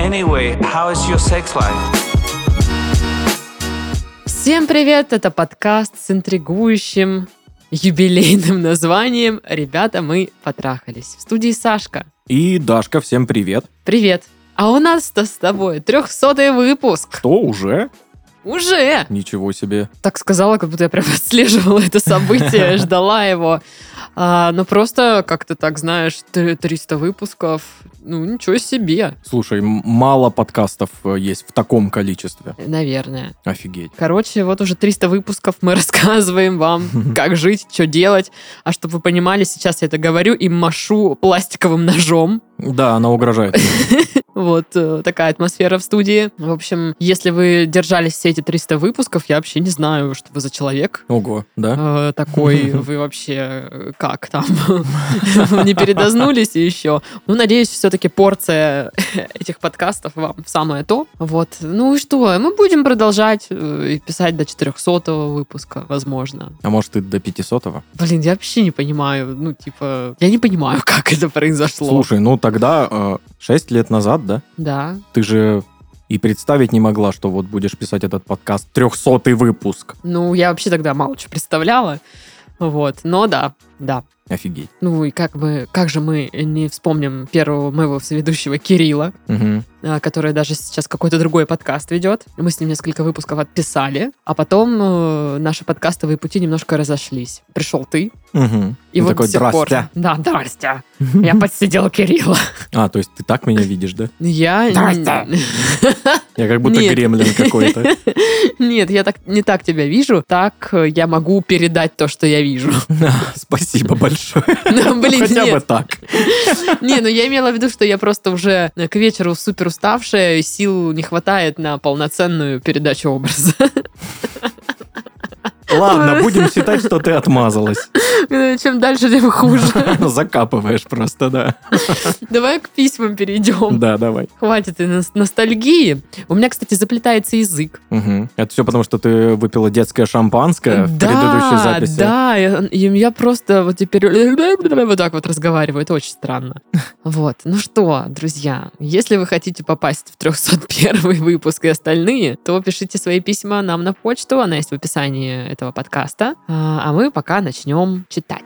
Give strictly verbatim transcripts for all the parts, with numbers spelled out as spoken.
Anyway, how is your sex life? Всем привет! Это подкаст с интригующим юбилейным названием «Ребята, мы потрахались». В студии Сашка. И Дашка, всем привет. Привет. А у нас-то с тобой трехсотый выпуск. Что, уже? Уже! Ничего себе. Так сказала, как будто я прям отслеживала это событие, ждала его. А, ну, просто как-то так, знаешь, триста выпусков. Ну, ничего себе. Слушай, м- мало подкастов есть в таком количестве. Наверное. Офигеть. Короче, вот уже триста выпусков мы рассказываем вам, как жить, что делать. А чтобы вы понимали, сейчас я это говорю и машу пластиковым ножом. Да, она угрожает. Вот э, такая атмосфера в студии. В общем, если вы держались все эти триста выпусков, я вообще не знаю, что вы за человек. Ого, да? Э, такой, вы вообще э, как там? Не передознулись еще? Ну, надеюсь, все-таки порция этих подкастов вам в самое то. Вот. Ну и что? Мы будем продолжать э, и писать до четырехсотого выпуска, возможно. А может, и до пятисотого? Блин, я вообще не понимаю. Ну, типа, я не понимаю, как это произошло. Слушай, ну тогда э, шесть лет назад, да? Да. Ты же и представить не могла, что вот будешь писать этот подкаст. Трехсотый выпуск. Ну, я вообще тогда мало что представляла. Вот. Но да, да. Офигеть. Ну и как бы, как же мы не вспомним первого моего соведущего Кирилла, Угу. который даже сейчас какой-то другой подкаст ведет. Мы с ним несколько выпусков отписали, а потом э, наши подкастовые пути немножко разошлись. Пришел ты, Угу. и вот такой, до сих пор... здрасте. Да, здрасте. Я подсидел Кирилла. А, то есть ты так меня видишь, да? Я... Здрасте. Я как будто Нет. гремлин какой-то. Нет, я так не так тебя вижу, так э, я могу передать то, что я вижу. Спасибо большое. Ну, блин, Хотя бы нет. так. Не, ну я имела в виду, что я просто уже к вечеру супер уставшая, сил не хватает на полноценную передачу образа. Ладно, будем считать, что ты отмазалась. Чем дальше, тем хуже. Закапываешь просто, да. Давай к письмам перейдем. Да, давай. Хватит и ностальгии. ностальгии. У меня, кстати, заплетается язык. Угу. Это все потому, что ты выпила детское шампанское в предыдущей записи. Да, и я просто вот теперь вот так вот разговариваю. Это очень странно. Вот. Ну что, друзья, если вы хотите попасть в трехсот первый выпуск и остальные, то пишите свои письма нам на почту. Она есть в описании этого подкаста. А мы пока начнем читать.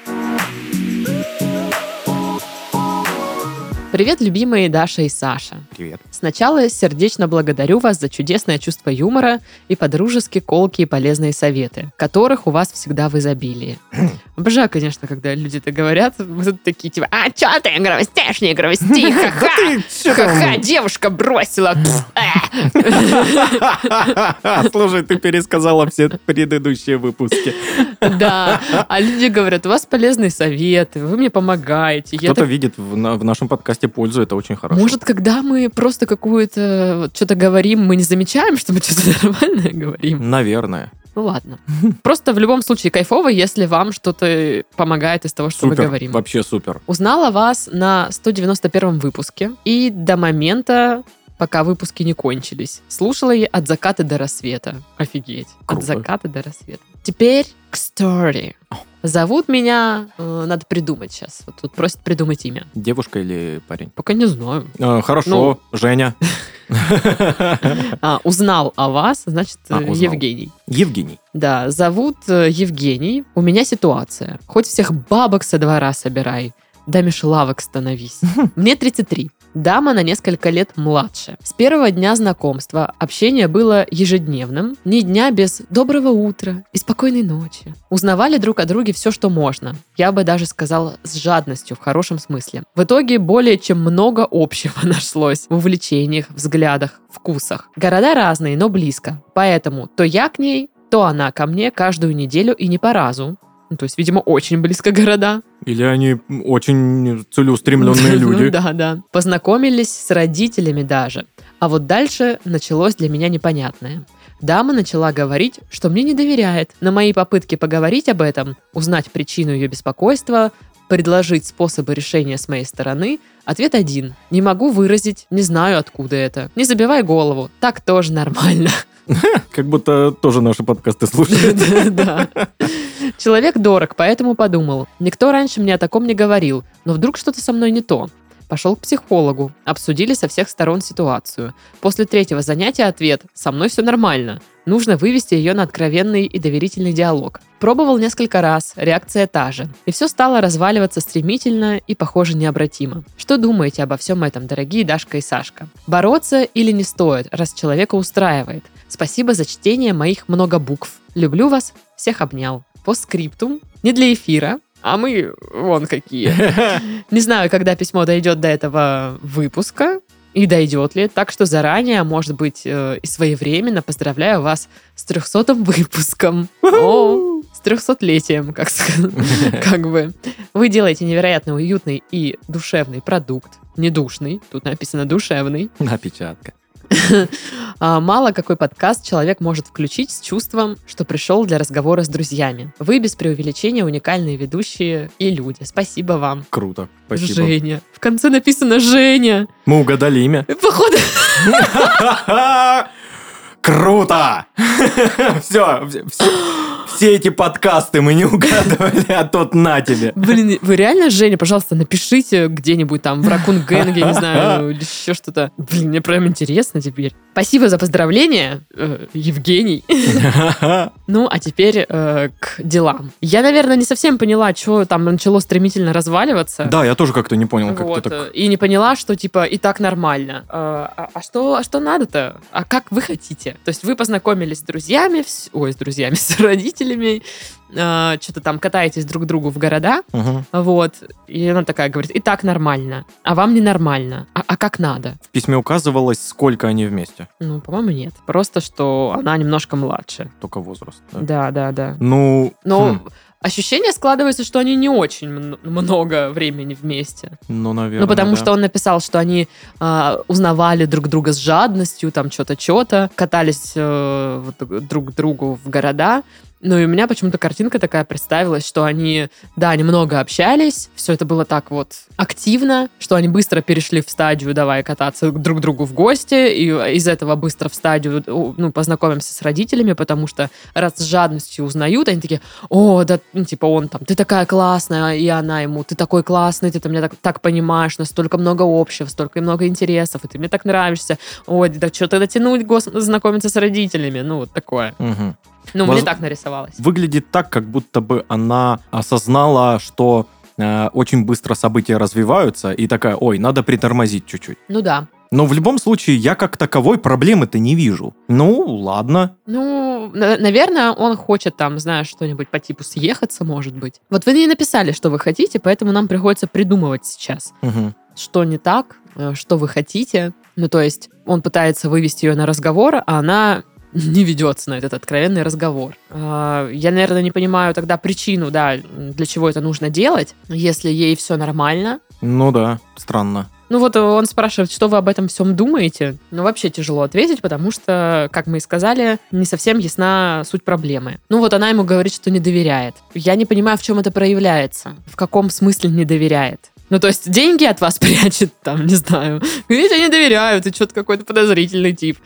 Привет, любимые Даша и Саша. Привет. Сначала сердечно благодарю вас за чудесное чувство юмора и подружески колкие полезные советы, которых у вас всегда в изобилии. Обожаю, конечно, когда люди это говорят. Мы тут такие, типа, а чё ты грустишь, не грусти, ха-ха, ха-ха, девушка бросила. Слушай, ты пересказала все предыдущие выпуски. Да, а люди говорят, у вас полезные советы, вы мне помогаете. Я Кто-то так- видит в, на- в нашем подкасте пользу, это очень хорошо. Может, когда мы просто какую-то вот что-то говорим, мы не замечаем, что мы что-то нормальное говорим? Наверное. Ну ладно. Просто в любом случае кайфово, если вам что-то помогает из того, что мы Супер, говорим. вообще супер. Узнала вас на сто девяносто первом выпуске и до момента, пока выпуски не кончились. Слушала я от заката до рассвета. Офигеть. От Круто. заката до рассвета. Теперь к story. Зовут меня... э, надо придумать сейчас. Вот тут просят придумать имя. Девушка или парень? Пока не знаю. Э, хорошо, Женя. А, узнал о вас, значит, А, э, узнал. Евгений. Евгений. Да, зовут э, Евгений. У меня ситуация. Хоть всех бабок со двора собирай, да меж лавок становись. Мне тридцать три. Дама на несколько лет младше. С первого дня знакомства общение было ежедневным. Ни дня без «доброго утра» и «спокойной ночи». Узнавали друг о друге все, что можно. Я бы даже сказала, с жадностью, в хорошем смысле. В итоге более чем много общего нашлось в увлечениях, взглядах, вкусах. Города разные, но близко. Поэтому то я к ней, то она ко мне каждую неделю и не по разу. Ну, то есть, видимо, очень близко города. Или они очень целеустремленные Ну люди. да, да. Познакомились с родителями даже. А вот дальше началось для меня непонятное. Дама начала говорить, что мне не доверяет. На мои попытки поговорить об этом, узнать причину ее беспокойства, предложить способы решения с моей стороны, ответ один. Не могу выразить, не знаю, откуда это. Не забивай голову, так тоже нормально. Как будто тоже наши подкасты слушают. Да. Человек дорог, поэтому подумал. Никто раньше мне о таком не говорил, но вдруг что-то со мной не то. Пошел к психологу. Обсудили со всех сторон ситуацию. После третьего занятия ответ: «Со мной все нормально». Нужно вывести ее на откровенный и доверительный диалог. Пробовал несколько раз, реакция та же. И все стало разваливаться стремительно и, похоже, необратимо. Что думаете обо всем этом, дорогие Дашка и Сашка? Бороться или не стоит, раз человека устраивает? Спасибо за чтение моих много букв. Люблю вас, всех обнял. По скриптум, не для эфира, а мы вон какие. Не знаю, когда письмо дойдет до этого выпуска, и дойдет ли, так что заранее, может быть, э, и своевременно поздравляю вас с трехсотым выпуском. О, с трехсотлетием, как, как бы. Вы делаете невероятно уютный и душевный продукт. Не душный, тут написано душевный. Опечатка. Мало какой подкаст человек может включить с чувством, что пришел для разговора с друзьями. Вы без преувеличения уникальные ведущие и люди. Спасибо вам. Круто, спасибо. Женя. В конце написано Женя. Мы угадали имя. Походу... Круто! Все, все эти подкасты мы не угадывали, а тут на тебе. Блин, вы реально, Женя, пожалуйста, напишите где-нибудь там в Ракун Гэнге, не знаю, или еще что-то. Блин, мне прям интересно теперь. Спасибо за поздравление, э, Евгений. Ну, а теперь э, к делам. Я, наверное, не совсем поняла, что там начало стремительно разваливаться. Да, я тоже как-то не понял, как Вот, ты так... и не поняла, что, типа, и так нормально. А, а, а что, а что надо-то? А как вы хотите? То есть вы познакомились с друзьями, вс- ой, с друзьями, с родителями, а, что-то там катаетесь друг к другу в города, Угу. вот, и она такая говорит, и так нормально, а вам не нормально. А, а как надо? В письме указывалось, сколько они вместе. Ну, по-моему, нет. Просто, что она немножко младше. Только возраст. Да. Да, да, да. Ну, Но хм, ощущение складывается, что они не очень м- много времени вместе. ну, наверное, Ну, потому да. что он написал, что они а, узнавали друг друга с жадностью, там что-то, что-то, катались э, вот друг к другу в города. Ну, и у меня почему-то картинка такая представилась, что они, да, немного общались, все это было так вот активно, что они быстро перешли в стадию «давай кататься друг к другу в гости», и из этого быстро в стадию, ну, познакомимся с родителями, потому что раз с жадностью узнают, они такие: «О, да, ну, типа он там, ты такая классная», и она ему: «Ты такой классный, ты меня так, так понимаешь, у нас столько много общего, столько много интересов, и ты мне так нравишься, ой, да что тогда тянуть, гос- знакомиться с родителями», ну, вот такое. Мгм. Ну, Воз- мне так нарисовалось. Выглядит так, как будто бы она осознала, что э, очень быстро события развиваются, и такая: ой, надо притормозить чуть-чуть. Ну да. Но в любом случае, я как таковой проблемы-то не вижу. Ну, ладно. Ну, на- наверное, он хочет там, знаешь, что-нибудь по типу съехаться, может быть. Вот вы не написали, что вы хотите, поэтому нам приходится придумывать сейчас, Мгм. что не так, э, что вы хотите. Ну, то есть он пытается вывести ее на разговор, а она не ведется на этот откровенный разговор. А, Я, наверное, не понимаю тогда причину, да, для чего это нужно делать, если ей все нормально. Ну да, странно. Ну вот он спрашивает, что вы об этом всем думаете. Ну, вообще тяжело ответить, потому что, как мы и сказали, не совсем ясна суть проблемы. Ну вот она ему говорит, что не доверяет. Я не понимаю, в чем это проявляется. В каком смысле не доверяет. Ну, то есть деньги от вас прячет, там, не знаю. Я тебе не доверяю, ты что-то какой-то подозрительный тип.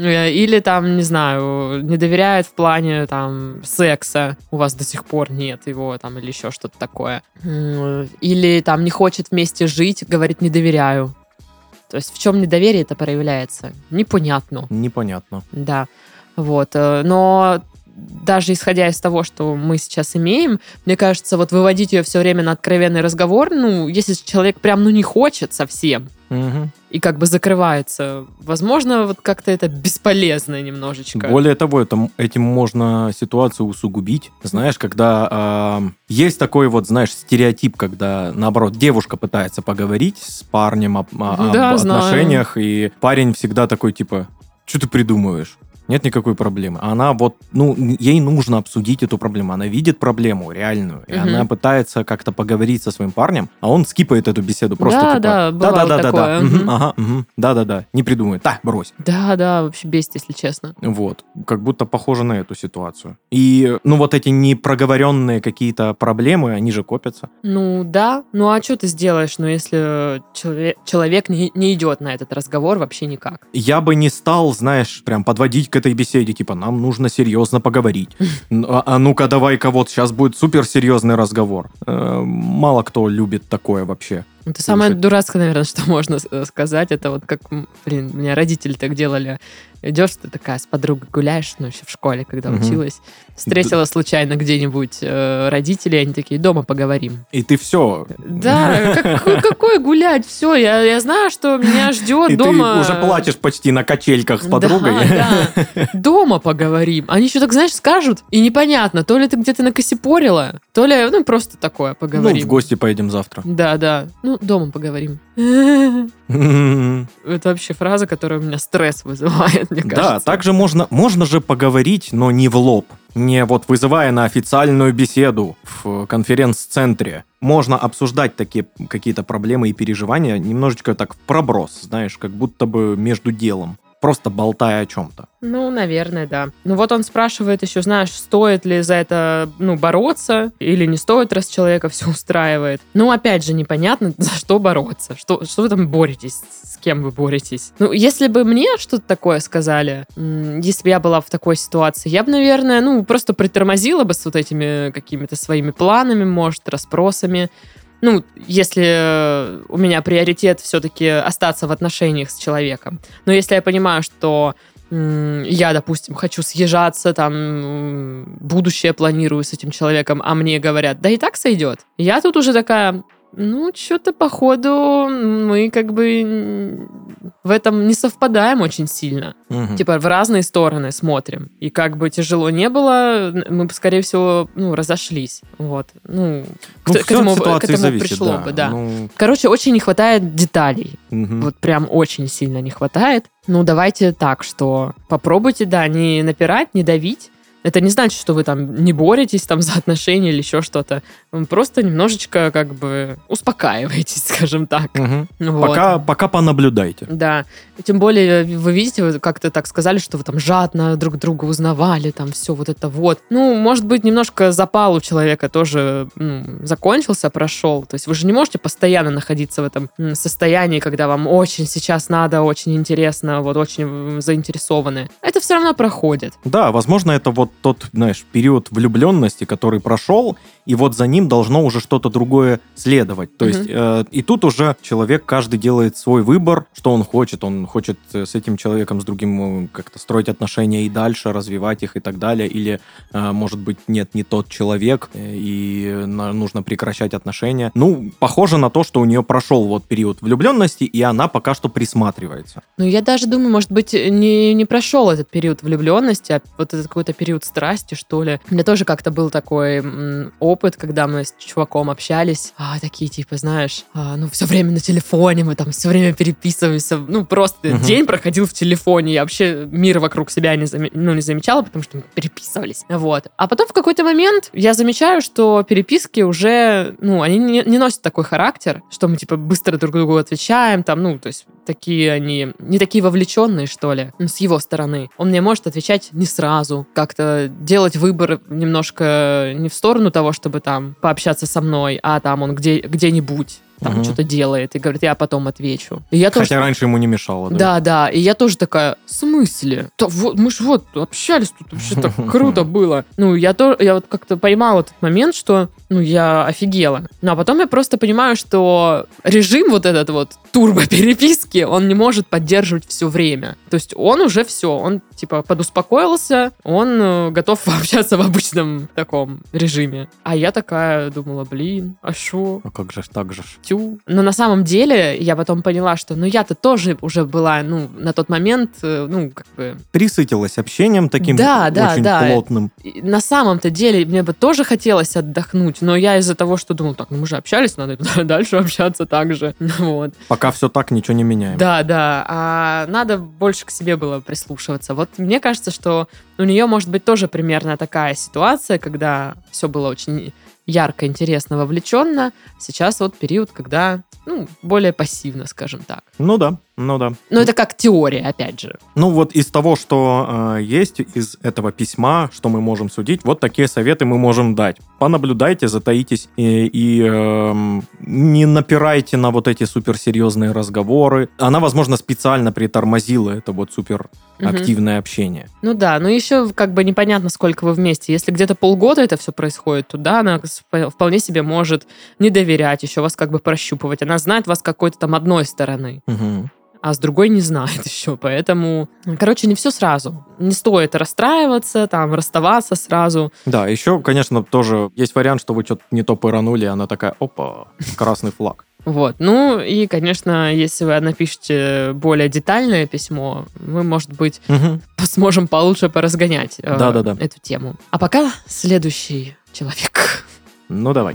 Или там, не знаю, не доверяет в плане там секса, у вас до сих пор нет его, там, или еще что-то такое. М, Или там не хочет вместе жить, говорит, не доверяю. То есть в чем недоверие это проявляется? Непонятно. Непонятно. Да, вот. э, Но даже исходя из того, что мы сейчас имеем, мне кажется, вот выводить ее все время на откровенный разговор, ну, если человек прям, ну, не хочет совсем, Мгм. и как бы закрывается, возможно, вот как-то это бесполезно немножечко. Более того, это, этим можно ситуацию усугубить. Знаешь, когда а, есть такой вот, знаешь, стереотип, когда, наоборот, девушка пытается поговорить с парнем об, о- Да, об знаю. отношениях, и парень всегда такой, типа: что ты придумываешь? Нет никакой проблемы. Она вот, ну, ей нужно обсудить эту проблему. Она видит проблему реальную, и Мгм. она пытается как-то поговорить со своим парнем, а он скипает эту беседу. Просто Да, типа: да, бывало да-да-да-да-да, такое, мгм, мгм. ага, мгм, да-да-да, не придумай. Да, брось. Да, да, вообще бесит, если честно. Вот, как будто похоже на эту ситуацию. И, ну, вот эти непроговоренные какие-то проблемы, они же копятся. Ну да, ну а что ты сделаешь, ну если человек, человек не, не идет на этот разговор вообще никак? Я бы не стал, знаешь, прям подводить к этой беседе, типа: нам нужно серьезно поговорить. Н- А, а ну-ка, давай-ка, вот сейчас будет суперсерьезный разговор. Э, Мало кто любит такое вообще. Это самое слушать. дурацкое, наверное, что можно с- сказать. Это вот как, м, блин, у меня родители так делали. Идешь, ты такая с подругой гуляешь, ну, еще в школе, когда Мгм. училась. Встретила случайно где-нибудь э, родителей, они такие, дома поговорим. И ты все. Да, какой, какой гулять? Все, я, я знаю, что меня ждет И дома. ты уже плачешь почти на качельках с подругой. Да, да. Дома поговорим. Они еще так, знаешь, скажут, и непонятно, то ли ты где-то накосипорила, то ли, ну, просто такое Ну, поговорим. в гости поедем завтра. Да, да. Ну, дома поговорим. Да, Это вообще фраза, которая у меня стресс вызывает, мне кажется. также можно, можно же поговорить, но не в лоб. Не вот вызывая на официальную беседу в конференц-центре. Можно обсуждать такие какие-то проблемы и переживания немножечко так в проброс, знаешь, как будто бы между делом. Просто болтая о чем-то. Ну, наверное, да. Ну вот он спрашивает еще, знаешь, стоит ли за это, ну, бороться или не стоит, раз человека все устраивает. Ну, опять же, непонятно, за что бороться. Что, что вы там боретесь? С кем вы боретесь? Ну, если бы мне что-то такое сказали, м, если бы я была в такой ситуации, я бы, наверное, ну, просто притормозила бы с вот этими какими-то своими планами, может, расспросами. Ну, если у меня приоритет все-таки остаться в отношениях с человеком. Но если я понимаю, что м, я, допустим, хочу съезжаться, там, м, будущее планирую с этим человеком, а мне говорят, да и так сойдет. Я тут уже такая, ну, что-то, походу, мы как бы м, в этом не совпадаем очень сильно. Мгм. Типа в разные стороны смотрим. И как бы тяжело не было, мы бы, скорее всего, ну, разошлись. Вот. Ну, к, Ну, к всё этому, от к ситуации этому зависит, пришло да. бы, да. Ну, Короче, очень не хватает деталей. мгм. Вот прям очень сильно не хватает. Ну, давайте так, что попробуйте, да, не напирать, не давить. Это не значит, что вы там не боретесь там за отношения или еще что-то. Вы просто немножечко как бы успокаиваетесь, скажем так. Мгм. Вот. Пока, пока понаблюдайте. Да. Тем более, вы видите, вы как-то так сказали, что вы там жадно друг друга узнавали, там все вот это вот. Ну, может быть, немножко запал у человека тоже ну, закончился, прошел. То есть вы же не можете постоянно находиться в этом м, состоянии, когда вам очень сейчас надо, очень интересно, вот очень м, заинтересованы. Это все равно проходит. Да, возможно, это вот тот, знаешь, период влюбленности, который прошел, и вот за ним должно уже что-то другое следовать. То Мгм. есть, э, и тут уже человек, каждый делает свой выбор, что он хочет. Он хочет э, с этим человеком, с другим э, как-то строить отношения и дальше, развивать их и так далее. Или, э, может быть, нет, не тот человек, э, и на- нужно прекращать отношения. Ну, похоже на то, что у нее прошел вот период влюбленности, и она пока что присматривается. Ну, я даже думаю, может быть, не, не прошел этот период влюбленности, а вот этот какой-то период страсти, что ли. У меня тоже как-то был такой м, опыт, когда мы с чуваком общались, а, такие, типа, знаешь, а, ну, все время на телефоне, мы там все время переписываемся, ну, просто Мгм. день проходил в телефоне, я вообще мир вокруг себя не, заме- ну, не замечала, потому что мы переписывались, вот. А потом в какой-то момент я замечаю, что переписки уже, ну, они не, не носят такой характер, что мы, типа, быстро друг другу отвечаем, там, ну, то есть такие они, не такие вовлеченные, что ли, ну, с его стороны. Он мне может отвечать не сразу, как-то делать выбор немножко не в сторону того, чтобы там пообщаться со мной, а там он где, где-нибудь там Мгм. что-то делает и говорит, я потом отвечу. И я тоже... Хотя раньше ему не мешало, да? Да, да, и я тоже такая, в смысле? Да вот, мы же вот общались тут, вообще так круто было. Ну, я, то, я вот как-то поймала этот момент, что, ну, я офигела. Ну, а потом я просто понимаю, что режим вот этот вот турбо-переписки, он не может поддерживать все время. То есть он уже все, он, типа, подуспокоился, он э, готов пообщаться в обычном таком режиме. А я такая думала, блин, а шо? А как же ж так же ж? Тю. Но на самом деле я потом поняла, что ну я-то тоже уже была, ну, на тот момент, э, ну, как бы... Присытилась общением таким Да, да, очень да. плотным. и На самом-то деле мне бы тоже хотелось отдохнуть, но я из-за того, что думала, так, ну мы же общались, надо дальше общаться так же. Вот. Пока все так, ничего не меняем. Да, да. А надо больше к себе было прислушиваться. Вот мне кажется, что у нее может быть тоже примерно такая ситуация, когда все было очень ярко, интересно, вовлеченно. Сейчас вот период, когда, ну, более пассивно, скажем так. Ну да. Ну да. Но это как теория, опять же. Ну вот из того, что э, есть из этого письма, что мы можем судить, вот такие советы мы можем дать. Понаблюдайте, затаитесь и, и э, не напирайте на вот эти суперсерьезные разговоры. Она, возможно, специально притормозила это вот суперактивное Мгм. общение. Ну да, но еще как бы непонятно, сколько вы вместе. Если где-то полгода это все происходит, то да, она сп- вполне себе может не доверять, еще вас как бы прощупывать. Она знает вас какой-то там одной стороны, Мгм. а с другой не знает еще. Поэтому, короче, не все сразу. Не стоит расстраиваться, там, расставаться сразу. Да, еще, конечно, тоже есть вариант, что вы что-то не то пыранули, и она такая, опа, красный флаг. Вот. Ну и, конечно, если вы напишете более детальное письмо, мы, может быть, Мгм. сможем получше поразгонять э, Да-да-да. эту тему. А пока следующий человек. Ну, давай.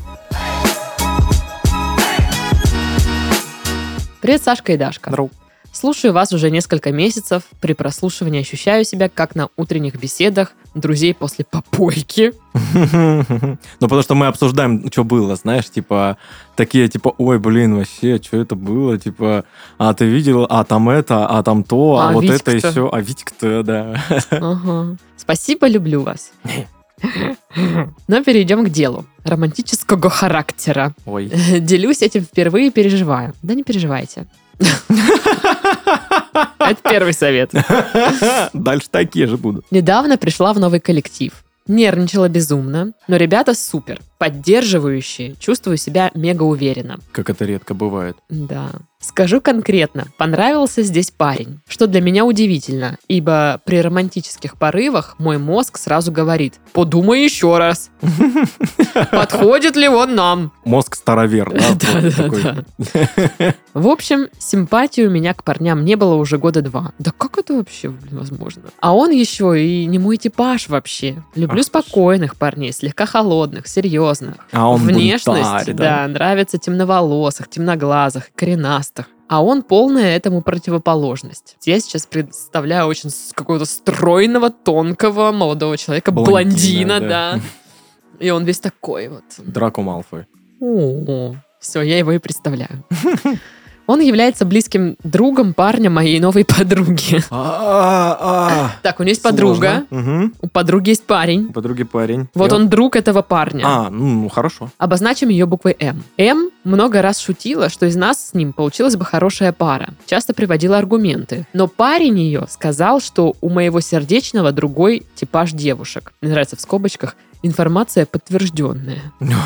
Привет, Сашка и Дашка. Здорово. Слушаю вас уже несколько месяцев. При прослушивании ощущаю себя, как на утренних беседах друзей после попойки. Ну, потому что мы обсуждаем, что было, знаешь, типа, такие, типа, ой, блин, вообще, что это было, типа, а ты видел, а там это, а там то, а, А вот это и Витька-то? все, а Витька-то, да. Ага. Спасибо, люблю вас. Но перейдем к делу. Романтического характера. Ой. Делюсь этим впервые и переживаю. Да не переживайте. Это первый совет. Дальше такие же будут. Недавно пришла в новый коллектив. Нервничала безумно, но ребята супер, поддерживающие, чувствую себя мега уверенно. Как это редко бывает. Да. Скажу конкретно, понравился здесь парень, что для меня удивительно, ибо при романтических порывах мой мозг сразу говорит: подумай еще раз, подходит ли он нам. Мозг старовер, да? вот Да, да, такой. да. В общем, симпатии у меня к парням не было уже года два. Да как это вообще, блин, возможно? А он еще и не мой типаж вообще. Люблю Ах ты ж. спокойных парней, слегка холодных, серьезных. А он Внешность, бунтарь, да, да? нравится темноволосых, темноглазых, коренастых. А он полная этому противоположность. Я сейчас представляю очень с- какого-то стройного, тонкого молодого человека, Блондина, блондина, да. да. И он весь такой вот. Драко Малфой. Все, я его и представляю. Он является близким другом парня моей новой подруги. А-а-а. Так, у нее есть подруга, Сложно. Мгм. у подруги есть парень. У подруги парень. Вот И он друг этого парня. А, ну, ну, хорошо. Обозначим ее буквой М. М много раз шутила, что из нас с ним получилась бы хорошая пара. Часто приводила аргументы. Но парень ее сказал, что у моего сердечного другой типаж девушек. Мне нравится в скобочках информация подтвержденная.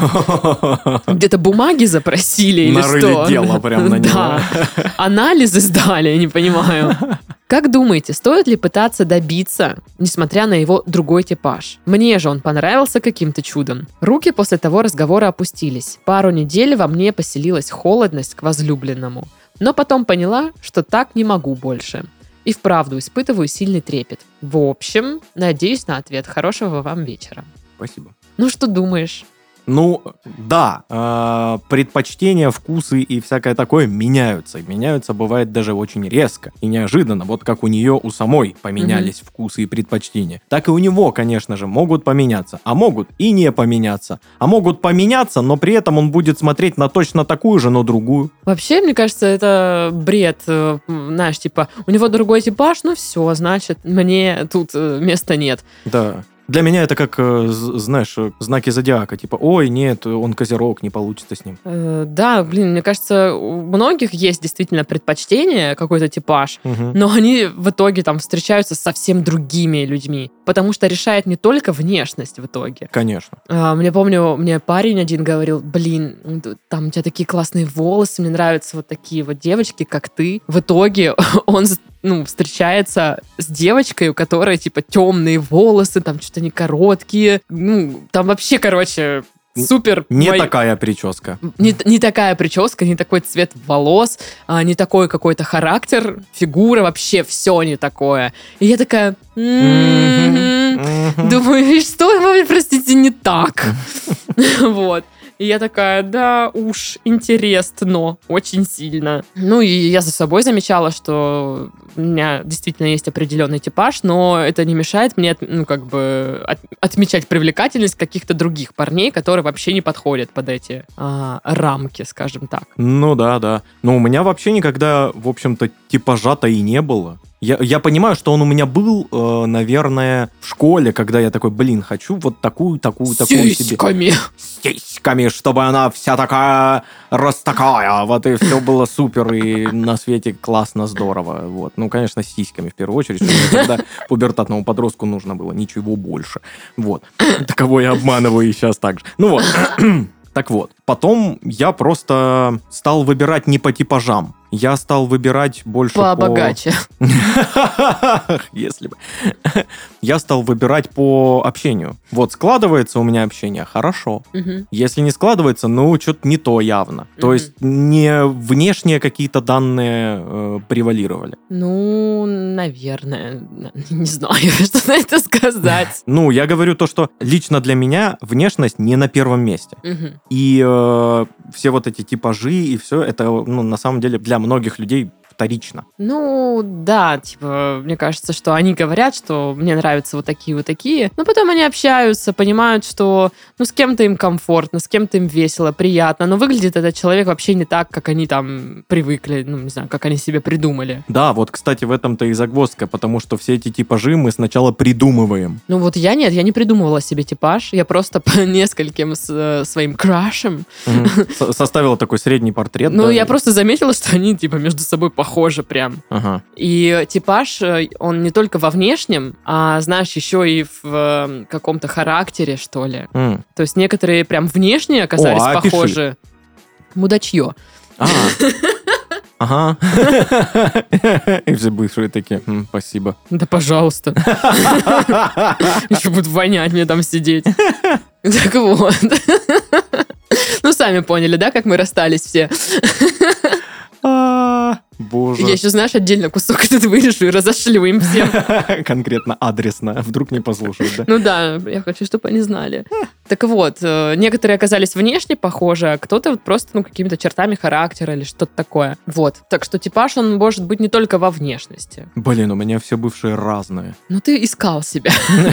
Где-то бумаги запросили или Нарыли что? дело прям на него. Да. Анализы сдали, я не понимаю. Как думаете, стоит ли пытаться добиться, несмотря на его другой типаж? Мне же он понравился каким-то чудом. Руки после того разговора опустились. Пару недель во мне поселилась холодность к возлюбленному. Но потом поняла, что так не могу больше. И вправду испытываю сильный трепет. В общем, надеюсь на ответ. Хорошего вам вечера. Спасибо. Ну, что думаешь? Ну, да, э, предпочтения, вкусы и всякое такое меняются. Меняются, бывает, даже очень резко и неожиданно. Вот как у нее, у самой поменялись вкусы и предпочтения. Так и у него, конечно же, могут поменяться. А могут и не поменяться. А могут поменяться, но при этом он будет смотреть на точно такую же, но другую. Вообще, мне кажется, это бред. э, Знаешь, типа, у него другой типаж, ну все, значит, мне тут э, места нет. Да. Для меня это как, э, з- знаешь, э, знаки зодиака. Типа, ой, нет, он козерог, не получится с ним. Э, Да, блин, мне кажется, у многих есть действительно предпочтение, какой-то типаж, Мгм. но они в итоге там встречаются с совсем другими людьми, потому что решает не только внешность в итоге. Конечно. А, Мне помню, мне парень один говорил: блин, м, т- там у тебя такие классные волосы, мне нравятся вот такие вот девочки, как ты. В итоге он с- ну, встречается с девочкой, у которой типа темные волосы, там что-то не короткие. Ну, там вообще, короче, супер. Не мой- такая прическа. не, не такая прическа, не такой цвет волос, а, не такой какой-то характер, фигура, вообще все не такое. И я такая... «М-м-м». Мгм. Думаю, и что, вы, простите, не так? Вот. И я такая: да уж, интересно, очень сильно. Ну и я за собой замечала, что у меня действительно есть определенный типаж, но это не мешает мне, ну, как бы, от, отмечать привлекательность каких-то других парней, которые вообще не подходят под эти а, рамки, скажем так. Ну да, да. Но у меня вообще никогда, в общем-то, типажа-то и не было. Я, я понимаю, что он у меня был, э, наверное, в школе, когда я такой, блин, хочу вот такую, такую, С такую себе. сиськами. С сиськами, чтобы она вся такая, раз такая, вот и все было супер, и на свете классно, здорово. Вот. Ну, конечно, с сиськами в первую очередь, что мне тогда пубертатному подростку нужно было, ничего больше. Вот. Таково я обманываю и сейчас так же. Ну вот. Так вот, потом я просто стал выбирать не по типажам. Я стал выбирать больше Побогаче. по... Если бы. Я стал выбирать по общению. Вот складывается у меня общение, хорошо. Мгм. Если не складывается, ну, что-то не то явно. То Мгм. есть не внешние какие-то данные э, превалировали. Ну, наверное. Не знаю, что на это сказать. Ну, я говорю то, что лично для меня внешность не на первом месте. Мгм. И э, все вот эти типажи и все, это, ну, на самом деле, для многих людей вторично. Ну, да, типа, мне кажется, что они говорят, что мне нравятся вот такие вот такие, но потом они общаются, понимают, что, ну, с кем-то им комфортно, с кем-то им весело, приятно, но выглядит этот человек вообще не так, как они там привыкли, ну, не знаю, как они себе придумали. Да, вот, кстати, в этом-то и загвоздка, потому что все эти типажи мы сначала придумываем. Ну, вот я нет, я не придумывала себе типаж, я просто по нескольким с, э, своим крашем, Мгм. Со- Составила такой средний портрет. ну, да. я просто заметила, что они, типа, между собой похожи прям. Ага. И типаж, э, он не только во внешнем, а, знаешь, еще и в э, каком-то характере, что ли. М. То есть некоторые прям внешне оказались О, опиши. похожи. Мудачье. А. Ага. И все бывшие такие, «М, спасибо. Да, пожалуйста. Еще будут вонять мне там сидеть. Так вот. Ну, сами поняли, да, как мы расстались все. А, Боже. Я еще, знаешь, отдельно кусок этот вырежу и разошлю им всем. Конкретно адресно. Вдруг не послушают, да? Ну да, я хочу, чтобы они знали. Так вот, э, некоторые оказались внешне похожи, а кто-то вот просто, ну, какими-то чертами характера или что-то такое. Вот. Так что типаж, он может быть не только во внешности. Блин, у меня все бывшие разные. Ну, ты искал себя.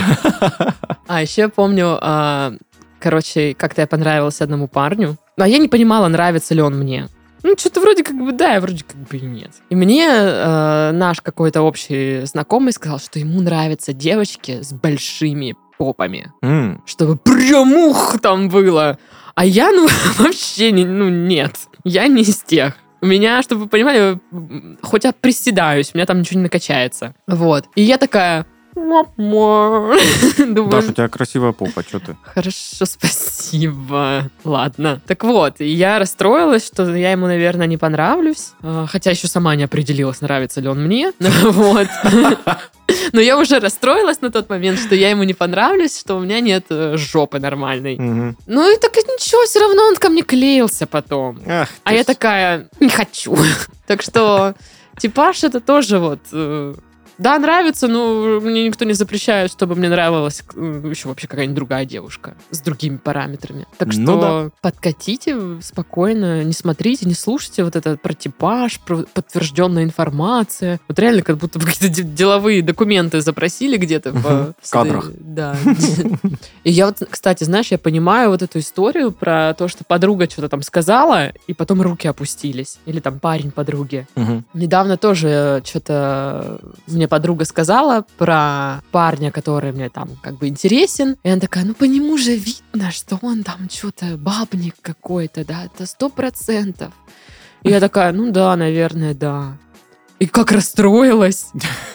А еще я помню, а, короче, как-то я понравилась одному парню, а я не понимала, нравится ли он мне. Ну, что-то вроде как бы да, а вроде как бы и нет. И мне э, наш какой-то общий знакомый сказал, что ему нравятся девочки с большими попами. М. Чтобы прям ух там было. А я, ну, вообще, не, ну, нет. Я не из тех. У меня, чтобы вы понимали, м, хоть я приседаюсь, у меня там ничего не накачается. Вот. И я такая... Думаю, Даша, у тебя красивая попа, что ты? хорошо, спасибо. Ладно. Так вот, и я расстроилась, что я ему, наверное, не понравлюсь. А, Хотя еще сама не определилась, нравится ли он мне. Вот. Но я уже расстроилась на тот момент, что я ему не понравлюсь, что у меня нет э, жопы нормальной. Мгм. Ну и так ничего, все равно он ко мне клеился потом. Ах, А ты я с- такая, не хочу. Так что типаж это тоже вот... э, Да, нравится, но мне никто не запрещает, чтобы мне нравилась э, еще вообще какая-нибудь другая девушка с другими параметрами. Так что Ну да. подкатите спокойно, не смотрите, не слушайте вот это про типаж, про подтвержденная информация. Вот реально как будто бы какие-то де- деловые документы запросили где-то в, Мгм. в В кадрах. среди- Да. И я вот, кстати, знаешь, я понимаю вот эту историю про то, что подруга что-то там сказала, и потом руки опустились. Или там парень подруги. Мгм. Недавно тоже что-то мне подруга сказала про парня, который мне там как бы интересен. И она такая, ну по нему же видно, что он там что-то бабник какой-то, да, это сто процентов. И я такая, ну да, наверное, да. И как расстроилась.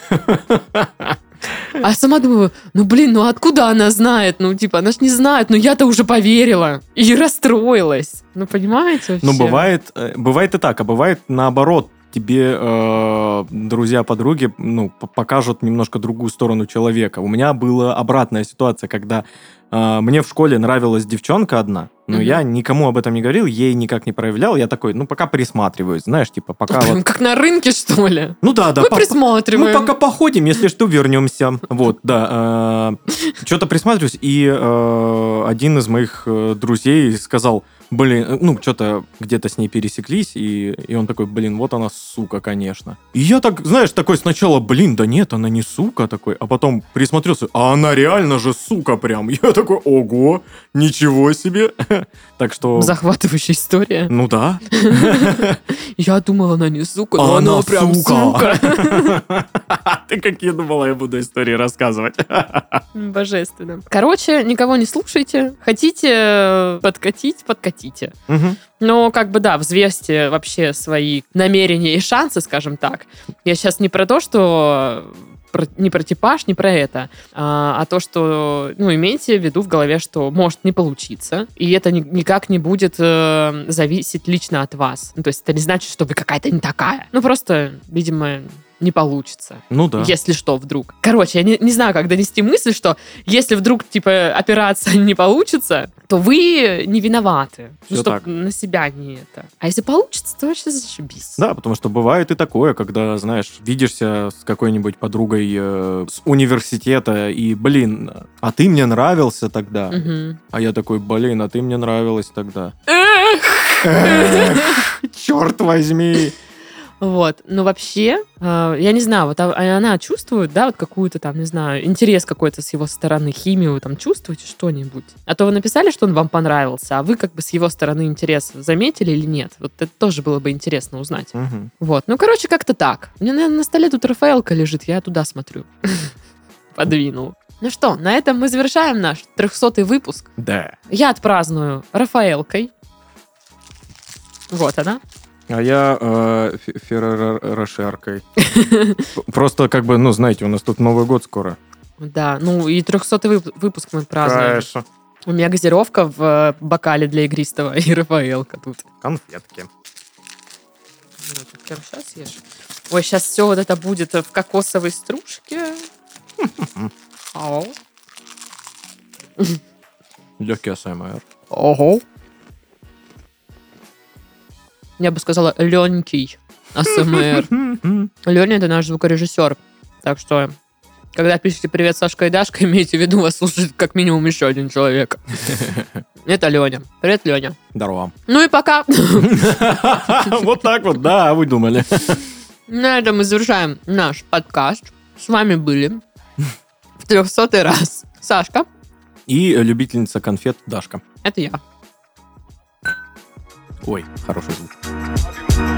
А сама думаю, ну блин, ну откуда она знает? Ну типа, она ж не знает, но я-то уже поверила. И расстроилась. Ну понимаете вообще? Ну, бывает, э, бывает и так, а бывает наоборот. Тебе э, друзья-подруги ну, п- покажут немножко другую сторону человека. У меня была обратная ситуация, когда э, мне в школе нравилась девчонка одна, Но Мгм. я никому об этом не говорил, ей никак не проявлял. Я такой, ну, пока присматриваюсь, знаешь, типа, пока вот... Как на рынке, что ли? Ну да, да. Мы по- присматриваем. Мы пока походим, если что, вернемся. Вот, да. Что-то присматриваюсь, и э, один из моих э, друзей сказал, блин, э, ну, что-то где-то с ней пересеклись, и, и он такой, блин, вот она сука, конечно. И я так, знаешь, такой сначала, блин, да нет, она не сука такой, а потом присмотрелся, а она реально же сука прям. Я такой, ого, ничего себе. Так что... Захватывающая история. Ну да. Я думала, она не сука, но А она, она прям сука. сука. Ты какие думала, я буду истории рассказывать? Божественно. Короче, никого не слушайте. Хотите э, подкатить, подкатите. Мгм. Но, как бы, да, взвесьте вообще свои намерения и шансы, скажем так. Я сейчас не про то, что... про- не про типаж, не про это, а, а то, что, ну, имейте в виду в голове, что может не получиться, и это ни- никак не будет э, зависеть лично от вас. Ну, то есть это не значит, что вы какая-то не такая. Ну, просто, видимо, не получится. Ну да. Если что, вдруг. Короче, я не, не знаю, как донести мысль, что если вдруг, типа, операция не получится, то вы не виноваты. Ну, Всё чтоб так. на себя не это. А если получится, то вообще зашибись. Да, потому что бывает и такое, когда, знаешь, видишься с какой-нибудь подругой э, с университета, и, блин, а ты мне нравился тогда. Мгм. А я такой, блин, а ты мне нравилась тогда. Эх! Черт возьми. Вот. Но вообще, э, я не знаю, вот а- а она чувствует, да, вот какую-то там, не знаю, интерес какой-то с его стороны, химию вы там чувствуете что-нибудь? А то вы написали, что он вам понравился, а вы как бы с его стороны интерес заметили или нет? Вот это тоже было бы интересно узнать. Мгм. Вот. Ну, короче, как-то так. У меня, наверное, на столе тут Рафаэлка лежит, я туда смотрю. Подвинул. Ну что, на этом мы завершаем наш трехсотый выпуск. Да. Я отпраздную Рафаэлкой. Вот она. А я э, фе- ферророшеркой. Просто как бы, ну, знаете, у нас тут Новый год скоро. Да, ну и трехсотый вып- выпуск мы празднуем. Конечно. У меня газировка в э, бокале для игристого и Рафаэлка тут. Конфетки. Ну, ты прям сейчас ешь? Ой, сейчас все вот это будет в кокосовой стружке. Ау. Легкий АСМР. Ого. Я бы сказала ленький АСМР. Леня — это наш звукорежиссер. Так что, когда пишете «Привет, Сашка и Дашка», имейте в виду, вас слушает как минимум еще один человек. Это Леня. Привет, Леня. Здорово. Ну и пока. Вот так вот, да, вы думали. На этом мы завершаем наш подкаст. С вами были в трехсотый раз Сашка. И любительница конфет Дашка. Это я. Ой, хороший звук.